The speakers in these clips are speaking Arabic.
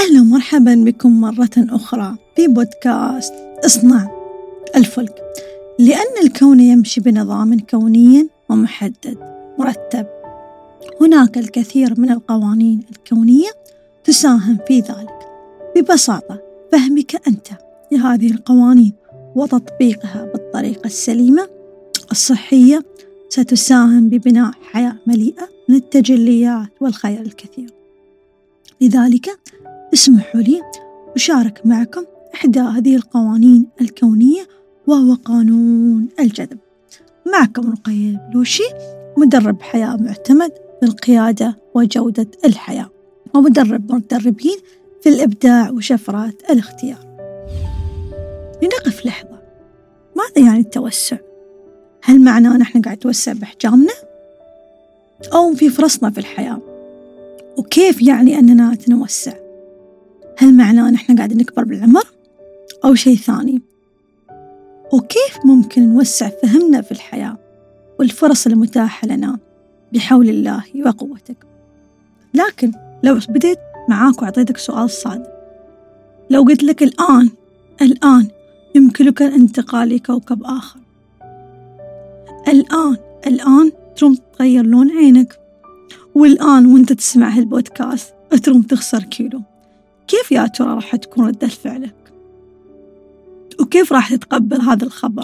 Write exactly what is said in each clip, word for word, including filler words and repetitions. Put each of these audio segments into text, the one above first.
أهلا ومرحبا بكم مرة أخرى في بودكاست اصنع الفلك. لأن الكون يمشي بنظام كوني ومحدد مرتب، هناك الكثير من القوانين الكونية تساهم في ذلك. ببساطة، فهمك أنت لهذه القوانين وتطبيقها بالطريقة السليمة الصحية ستساهم ببناء حياة مليئة من التجليات والخير الكثير. لذلك اسمحوا لي أشارك معكم إحدى هذه القوانين الكونية، وهو قانون الجذب. معكم رقية البلوشي، مدرب حياة معتمد بالقيادة وجودة الحياة، ومدرب مدربين في الإبداع وشفرات الاختيار. لنقف لحظة، ماذا يعني التوسع؟ هل معناه نحن قاعد نتوسع بحجامنا أو في فرصنا في الحياة؟ وكيف يعني أننا نتوسع؟ هل معناه نحن قاعد نكبر بالعمر أو شيء ثاني؟ وكيف ممكن نوسع فهمنا في الحياة والفرص المتاحة لنا بحول الله وقوتك؟ لكن لو بديت معاك وأعطيتك سؤال صادق، لو قلت لك الآن الآن يمكنك الانتقال لكوكب آخر، الآن الآن تروم تغير لون عينك، والآن وانت تسمع هالبودكاست تروم تخسر كيلو، كيف يا ترى راح تكون ردة فعلك؟ وكيف راح تتقبل هذا الخبر؟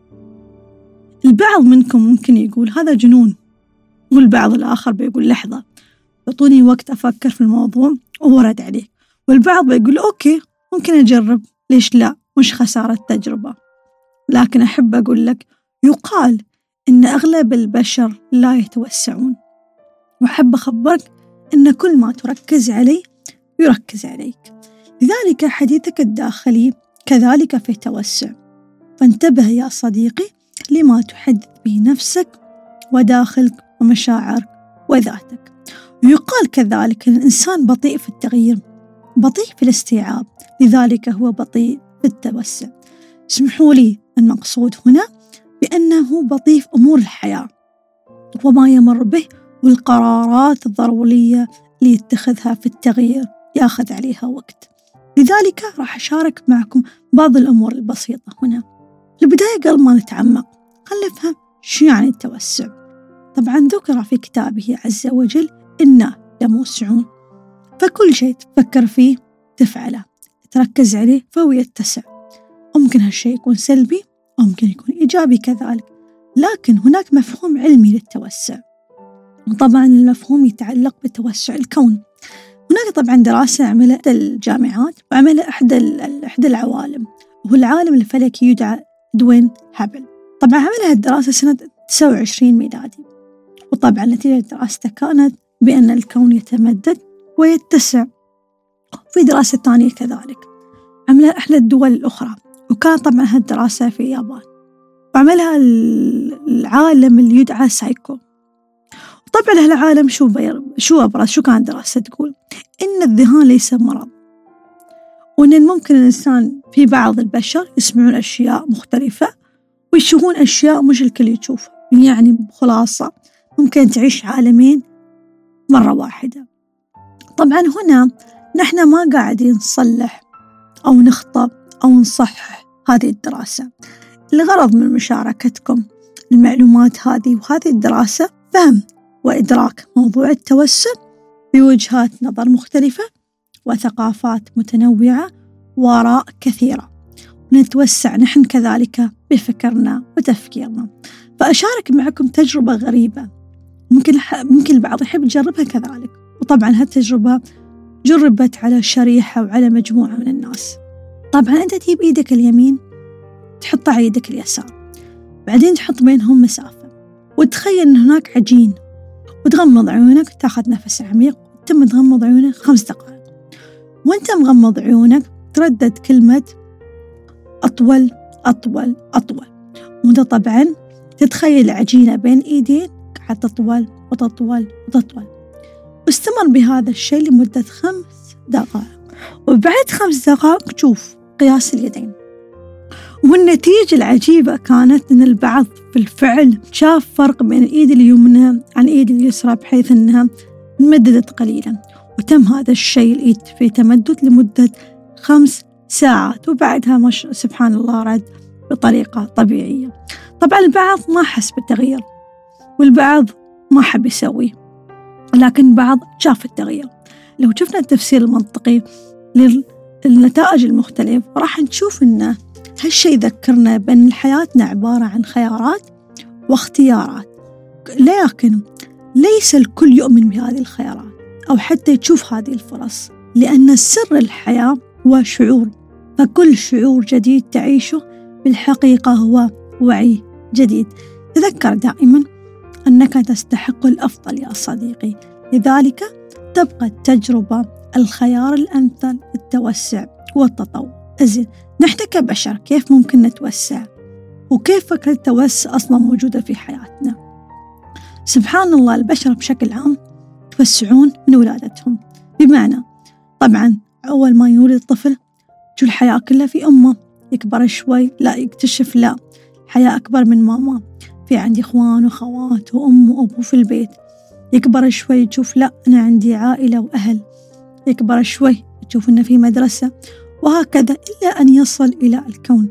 البعض منكم ممكن يقول هذا جنون، والبعض الآخر بيقول لحظة أعطوني وقت أفكر في الموضوع وورد عليه، والبعض بيقول أوكي ممكن أجرب، ليش لا، مش خسارة تجربة. لكن أحب أقول لك، يقال إن أغلب البشر لا يتوسعون، وأحب أخبرك إن كل ما تركز عليه يركز عليك. لذلك حديثك الداخلي كذلك في توسع، فانتبه يا صديقي لما تحدث به نفسك وداخلك ومشاعرك وذاتك. ويقال كذلك أن الإنسان بطيء في التغيير، بطيء في الاستيعاب، لذلك هو بطيء في التوسع. اسمحوا لي، المقصود هنا بأنه بطيء في أمور الحياة وما يمر به، والقرارات الضرورية اللي يتخذها في التغيير يأخذ عليها وقت. لذلك راح أشارك معكم بعض الأمور البسيطة هنا. البداية قبل ما نتعمق خلينا نفهم شو يعني التوسع. طبعا ذكر في كتابه عز وجل إنا لموسعون، فكل شيء تفكر فيه تفعله تركز عليه فهو يتسع. ممكن هالشيء يكون سلبي أو ممكن يكون إيجابي كذلك، لكن هناك مفهوم علمي للتوسع، وطبعا المفهوم يتعلق بتوسع الكون. هناك طبعا دراسة عملها الجامعات وعملها إحدى إحدى العوالم، وهو العالم الفلكي يدعى إدوين هابل. طبعا عملها الدراسة سنة تسعة وعشرين ميلادي، وطبعا نتيجة دراسته كانت بأن الكون يتمدد ويتسع. في دراسة ثانية كذلك عملها إحدى الدول الأخرى، وكان طبعا هالدراسة في اليابان، وعملها العالم اللي يدعى سايكو. طبعا هالعالم شو بير شو أبرز شو كانت دراسة تقول إن الذهان ليس مرض، وإن ممكن الإنسان في بعض البشر يسمعون أشياء مختلفة ويشوفون أشياء مش الكل يشوفها. يعني بخلاصة ممكن تعيش عالمين مرة واحدة. طبعا هنا نحن ما قاعدين نصلح أو نخطأ أو نصحح هذه الدراسة. الغرض من مشاركتكم المعلومات هذه وهذه الدراسة فهم وإدراك موضوع التوسع بوجهات نظر مختلفة وثقافات متنوعة وآراء كثيرة، ونتوسع نحن كذلك بفكرنا وتفكيرنا. فأشارك معكم تجربة غريبة ممكن ممكن البعض يحب يجربها كذلك، وطبعا هالتجربة جربت على شريحة وعلى مجموعة من الناس. طبعا أنت تجيب إيدك اليمين تحطها على إيدك اليسار، بعدين تحط بينهم مسافة، وتخيل أن هناك عجين، وتغمض عيونك تاخذ نفس عميق، وتم تغمض عيونك خمس دقائق، وانت مغمض عيونك تردد كلمة أطول أطول أطول، وانت طبعا تتخيل عجينة بين إيدين قاعد تطول وتطول وتطول. واستمر بهذا الشيء لمدة خمس دقائق، وبعد خمس دقائق تشوف قياس اليدين. والنتيجة العجيبة كانت أن البعض بالفعل شاف فرق بين الإيد اليمنى عن الإيد اليسرى، بحيث أنها مددت قليلا، وتم هذا الشيء في تمدد لمدة خمس ساعات، وبعدها مش سبحان الله رد بطريقة طبيعية. طبعا البعض ما حس بالتغيير، والبعض ما حب يسويه، لكن البعض شاف التغيير. لو شفنا التفسير المنطقي للنتائج المختلفة راح نشوف إن هالشيء ذكرنا بأن حياتنا عبارة عن خيارات واختيارات، لكن ليس الكل يؤمن بهذه الخيارات أو حتى يشوف هذه الفرص، لأن سر الحياة هو شعور، فكل شعور جديد تعيشه بالحقيقة هو وعي جديد. تذكر دائما أنك تستحق الأفضل يا صديقي، لذلك تبقى التجربة الخيار الأمثل للتوسع والتطور. إذن نحن كبشر كيف ممكن نتوسع؟ وكيف فكرة التوسع أصلا موجودة في حياتنا؟ سبحان الله البشر بشكل عام يتوسعون من ولادتهم، بمعنى طبعا أول ما يولد الطفل شو الحياة كلها في أمه، يكبر شوي لا يكتشف لا حياة أكبر من ماما، في عندي إخوان وخوات وأم وأبو في البيت. يكبر شوي تشوف لا أنا عندي عائلة وأهل، يكبر شوي تشوف إنه في مدرسة، وهكذا إلى أن يصل إلى الكون.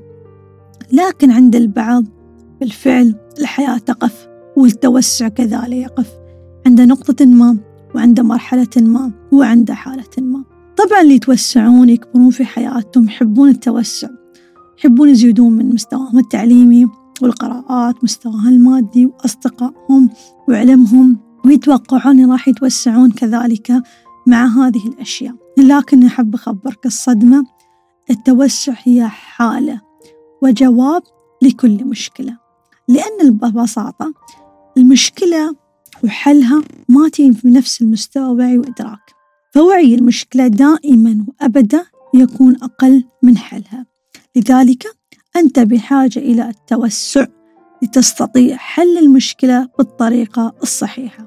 لكن عند البعض بالفعل الحياة تقف، والتوسع كذلك يقف عند نقطة ما، وعند مرحلة ما، وعند حالة ما. طبعا اللي يتوسعون يكبرون في حياتهم يحبون التوسع، يحبون يزيدون من مستواهم التعليمي والقراءات، مستواهم المادي وأصدقائهم وعلمهم، ويتوقعون راح يتوسعون كذلك مع هذه الأشياء. لكن أحب أخبرك الصدمة، التوسع هي حالة وجواب لكل مشكلة، لأن ببساطة المشكلة وحلها ما تيجي بنفس المستوى وعي وإدراك، فوعي المشكلة دائما وأبدا يكون أقل من حلها. لذلك أنت بحاجة إلى التوسع لتستطيع حل المشكلة بالطريقة الصحيحة.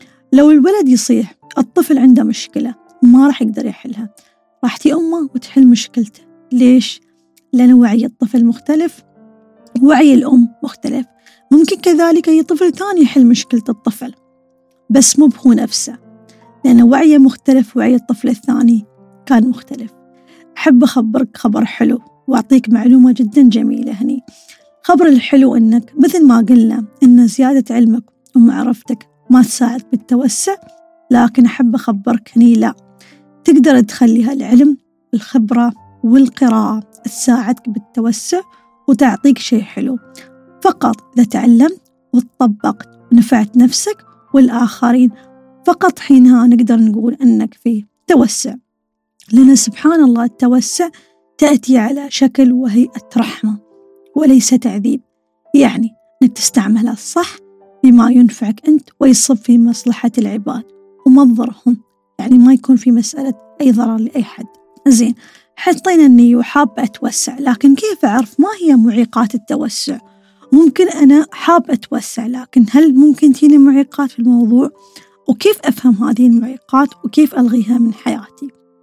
لو الولد يصيح الطفل عنده مشكلة ما راح يقدر يحلها، راح تي أمه وتحل مشكلته. ليش؟ لأن وعي الطفل مختلف، وعي الأم مختلف. ممكن كذلك أي طفل ثاني يحل مشكلة الطفل بس مو هو نفسه، لأن وعيه مختلف، وعي الطفل الثاني كان مختلف. أحب أخبرك خبر حلو وأعطيك معلومة جدا جميلة هني. خبر الحلو أنك مثل ما قلنا أن زيادة علمك ومعرفتك ما تساعد بالتوسع، لكن أحب أخبرك هني لا، تقدر تخليها العلم الخبرة والقراءة تساعدك بالتوسع وتعطيك شيء حلو، فقط إذا تعلمت وتطبقت ونفعت نفسك والآخرين، فقط حينها نقدر نقول أنك في توسع. لأن سبحان الله التوسع تأتي على شكل وهيئة رحمة وليس تعذيب، يعني أنك تستعملها صح بما ينفعك أنت ويصب في مصلحة العباد وما تضرهم، يعني ما يكون في مسألة أي ضرر لأي حد. زين، حطينا أني وحابة أتوسع، لكن كيف أعرف ما هي معيقات التوسع؟ ممكن أنا حابة أتوسع، لكن هل ممكن تيني معيقات في الموضوع؟ وكيف أفهم هذه المعيقات وكيف ألغيها من حياتي؟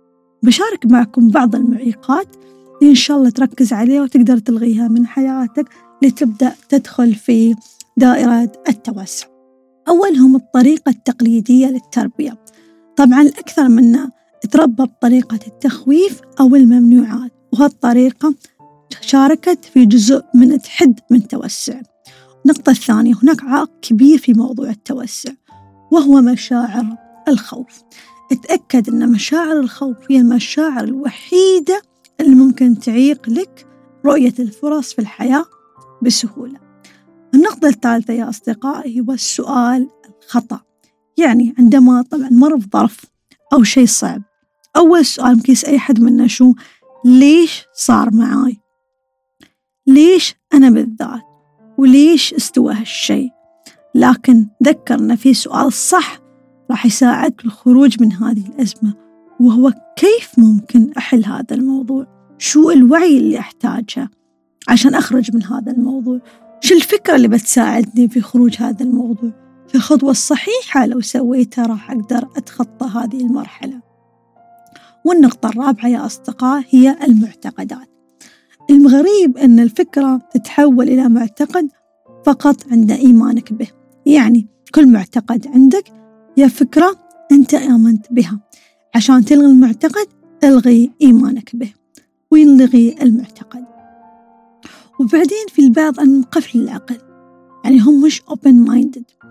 بشارك معكم بعض المعيقات اللي إن شاء الله تركز عليها وتقدر تلغيها من حياتك لتبدأ تدخل في دائرة التوسع. أولهم الطريقة التقليدية للتربية. طبعا الأكثر منا تربى بطريقة التخويف أو الممنوعات، وهالطريقة شاركت في جزء من الحد من التوسع. النقطة الثانية، هناك عائق كبير في موضوع التوسع وهو مشاعر الخوف. اتأكد أن مشاعر الخوف هي المشاعر الوحيدة اللي ممكن تعيق لك رؤية الفرص في الحياة بسهولة. النقطة الثالثة يا أصدقائي هو السؤال الخطأ، يعني عندما طبعا مر في ظرف أو شيء صعب، أول سؤال ممكن يسأل أي حد منا شو؟ ليش صار معاي؟ ليش أنا بالذات؟ وليش استوى هالشيء؟ لكن ذكرنا في سؤال صح راح يساعدك الخروج من هذه الأزمة، وهو كيف ممكن أحل هذا الموضوع؟ شو الوعي اللي أحتاجه عشان أخرج من هذا الموضوع؟ شو الفكرة اللي بتساعدني في خروج هذا الموضوع؟ في الخطوة الصحيحة لو سويتها راح أقدر أتخطى هذه المرحلة. والنقطة الرابعة يا أصدقاء هي المعتقدات. الغريب أن الفكرة تتحول إلى معتقد فقط عند إيمانك به، يعني كل معتقد عندك هي فكرة أنت آمنت بها. عشان تلغي المعتقد الغي إيمانك به ويلغي المعتقد. وبعدين في البعض أن قفل العقل، يعني هم مش open minded.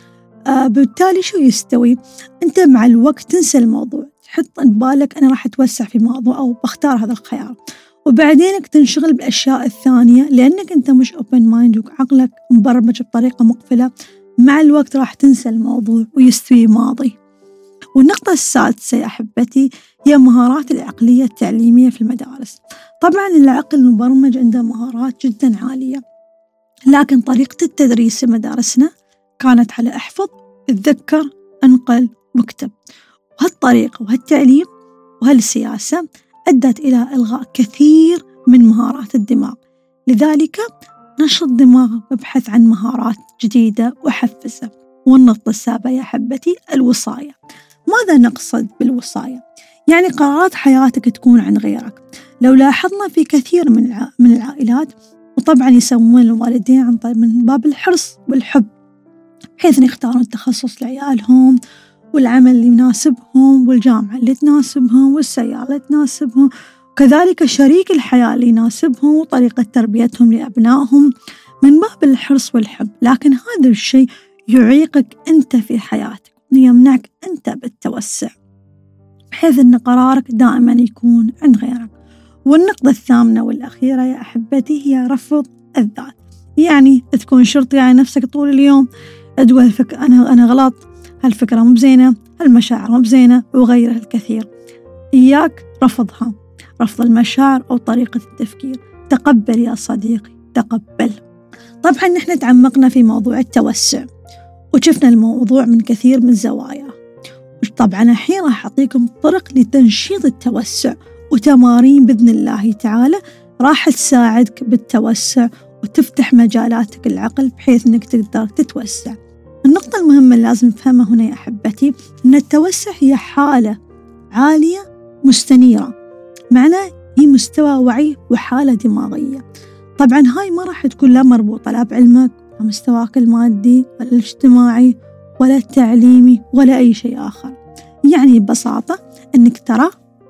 آه بالتالي شو يستوي؟ أنت مع الوقت تنسى الموضوع، تحط ببالك أنا راح أتوسع في موضوع أو بختار هذا الخيار، وبعدينك تنشغل بالأشياء الثانية لأنك أنت مش open mind وعقلك مبرمج بطريقة مقفلة. مع الوقت راح تنسى الموضوع ويستوي ماضي. والنقطة السادسة يا أحبتي هي مهارات العقلية التعليمية في المدارس. طبعا العقل المبرمج عنده مهارات جدا عالية، لكن طريقة التدريس في مدارسنا كانت على احفظ، اتذكر، انقل، واكتب. وهالطريقة وهالتعليم وهالسياسة أدت إلى إلغاء كثير من مهارات الدماغ. لذلك نشط دماغك وابحث عن مهارات جديدة وحفزها. والنقطة السابعة يا حبتي الوصاية. ماذا نقصد بالوصاية؟ يعني قرارات حياتك تكون عن غيرك. لو لاحظنا في كثير من من العائلات، وطبعا يسوون الوالدين عن طيب من باب الحرص والحب، بحيث أن يختارون التخصص لعيالهم والعمل اللي يناسبهم والجامعة اللي تناسبهم والسيارة اللي تناسبهم، وكذلك شريك الحياة اللي يناسبهم وطريقة تربيتهم لأبنائهم من باب الحرص والحب. لكن هذا الشيء يعيقك أنت في حياتك ويمنعك أنت بالتوسع، بحيث أن قرارك دائما يكون عن غيرك. والنقطة الثامنة والأخيرة يا أحبتي هي رفض الذات. يعني تكون شرطي على نفسك طول اليوم، تقول الفك... أنا أنا غلط، هالفكرة مو بزينة، هالمشاعر مو بزينة، وغيرها الكثير. إياك رفضها، رفض المشاعر أو طريقة التفكير. تقبل يا صديقي، تقبل. طبعا نحن تعمقنا في موضوع التوسع وشفنا الموضوع من كثير من زوايا. طبعا الحين راح أعطيكم طرق لتنشيط التوسع وتمارين بإذن الله تعالى راح تساعدك بالتوسع وتفتح مجالاتك العقل بحيث أنك تقدر تتوسع. النقطة المهمة اللي لازم نفهمها هنا يا أحبتي أن التوسع هي حالة عالية مستنيرة، معناه هي مستوى وعي وحالة دماغية. طبعا هاي ما راح تكون لا مربوطة لا بعلمك ولا مستواك المادي ولا الاجتماعي ولا التعليمي ولا أي شيء آخر. يعني ببساطة أنك ترى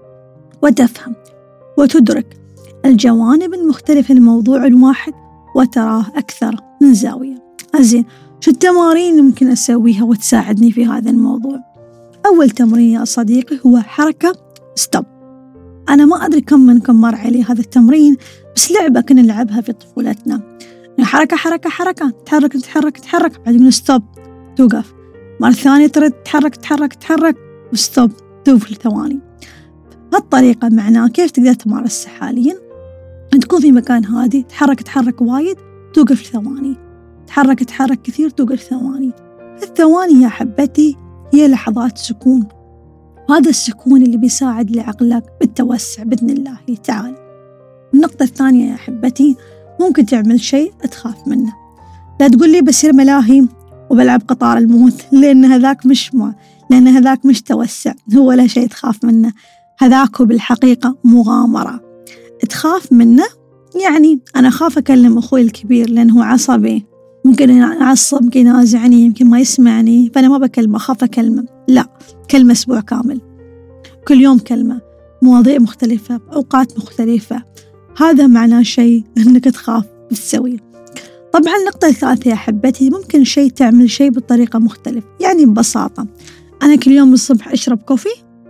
وتفهم وتدرك الجوانب المختلفة للموضوع الواحد وتراه أكثر من زاوية. أزين، شو التمارين اللي ممكن أسويها وتساعدني في هذا الموضوع؟ أول تمرين يا صديقي هو حركة ستوب. أنا ما أدري كم منكم مر علي هذا التمرين، بس لعبة كنا نلعبها في طفولتنا. حركة حركة حركة، تحرك تحرك تحرك، بعدين ستوب توقف، مرة ثانية ترد تحرك تحرك تحرك وستوب توقف لثواني. هالطريقة معناه كيف تقدر تمارسها حاليا. تكون في مكان هادي، تحرك تحرك وايد توقف لثواني، تحرك تحرك كثير توقف ثواني. الثواني يا حبتي هي لحظات سكون، وهذا السكون اللي بيساعد لعقلك بالتوسع بإذن الله تعالى. النقطة الثانية يا حبتي، ممكن تعمل شيء تخاف منه. لا تقول لي بصير ملاهي وبلعب قطار الموت، لأن هذاك مش ما لأن هذاك مش توسع، هو لا شيء تخاف منه، هذاك هو بالحقيقة مغامرة تخاف منه. يعني أنا خاف أكلم أخوي الكبير لأنه عصبي، ممكن يعصب، يمكن ينازعني، يمكن ما يسمعني، فأنا ما بكلمه، خاف أكلمه. لا، كلمة أسبوع كامل، كل يوم كلمة، مواضيع مختلفة بأوقات مختلفة. هذا معناه شيء أنك تخاف بتسويه. طبعا النقطة الثالثة يا حبتي، ممكن شيء تعمل شيء بطريقة مختلفة. يعني ببساطة أنا كل يوم الصبح أشرب كوفي،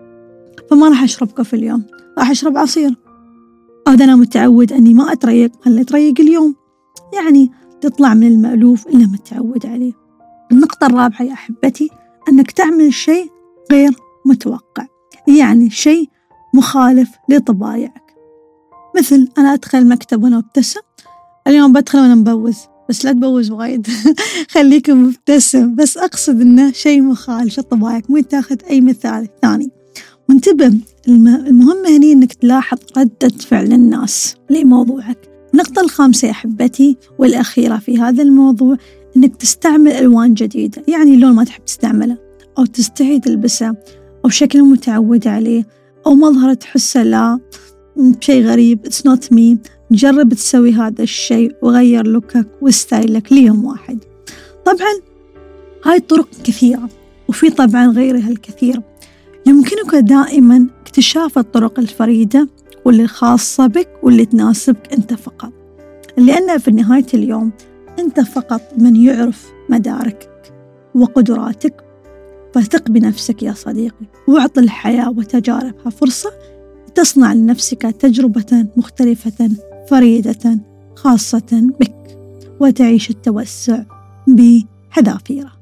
فما راح أشرب كوفي اليوم، راح أشرب عصير. هذا أنا متعود أني ما أتريق، هل أتريق اليوم؟ يعني تطلع من المألوف اللي متعود عليه. النقطة الرابعة يا أحبتي، أنك تعمل شيء غير متوقع، يعني شيء مخالف لطبايعك. مثل أنا أدخل مكتب وأنا أبتسم، اليوم بدخل وأنا مبوز، بس لا تبوز وايد خليك مبتسم، بس أقصد أنه شيء مخالف لطبايعك، مو تاخذ أي مثال ثاني. وانتبه، المهم هني أنك تلاحظ ردة فعل الناس لموضوعك. النقطة الخامسة يا حبتي والأخيرة في هذا الموضوع، أنك تستعمل ألوان جديدة. يعني لون ما تحب تستعمله أو تستحي تلبسه أو شكل متعود عليه أو مظهر تحسه لا بشيء غريب، it's not me. جرب تسوي هذا الشيء وغير لوكك وستايلك ليوم واحد. طبعا هاي طرق كثيرة، وفي طبعا غيرها الكثير. يمكنك دائما اكتشاف الطرق الفريدة واللي خاصة بك واللي تناسبك أنت فقط، لأن في نهاية اليوم أنت فقط من يعرف مداركك وقدراتك. فثق بنفسك يا صديقي، واعط الحياة وتجاربها فرصة تصنع لنفسك تجربة مختلفة فريدة خاصة بك، وتعيش التوسع بحذافيره.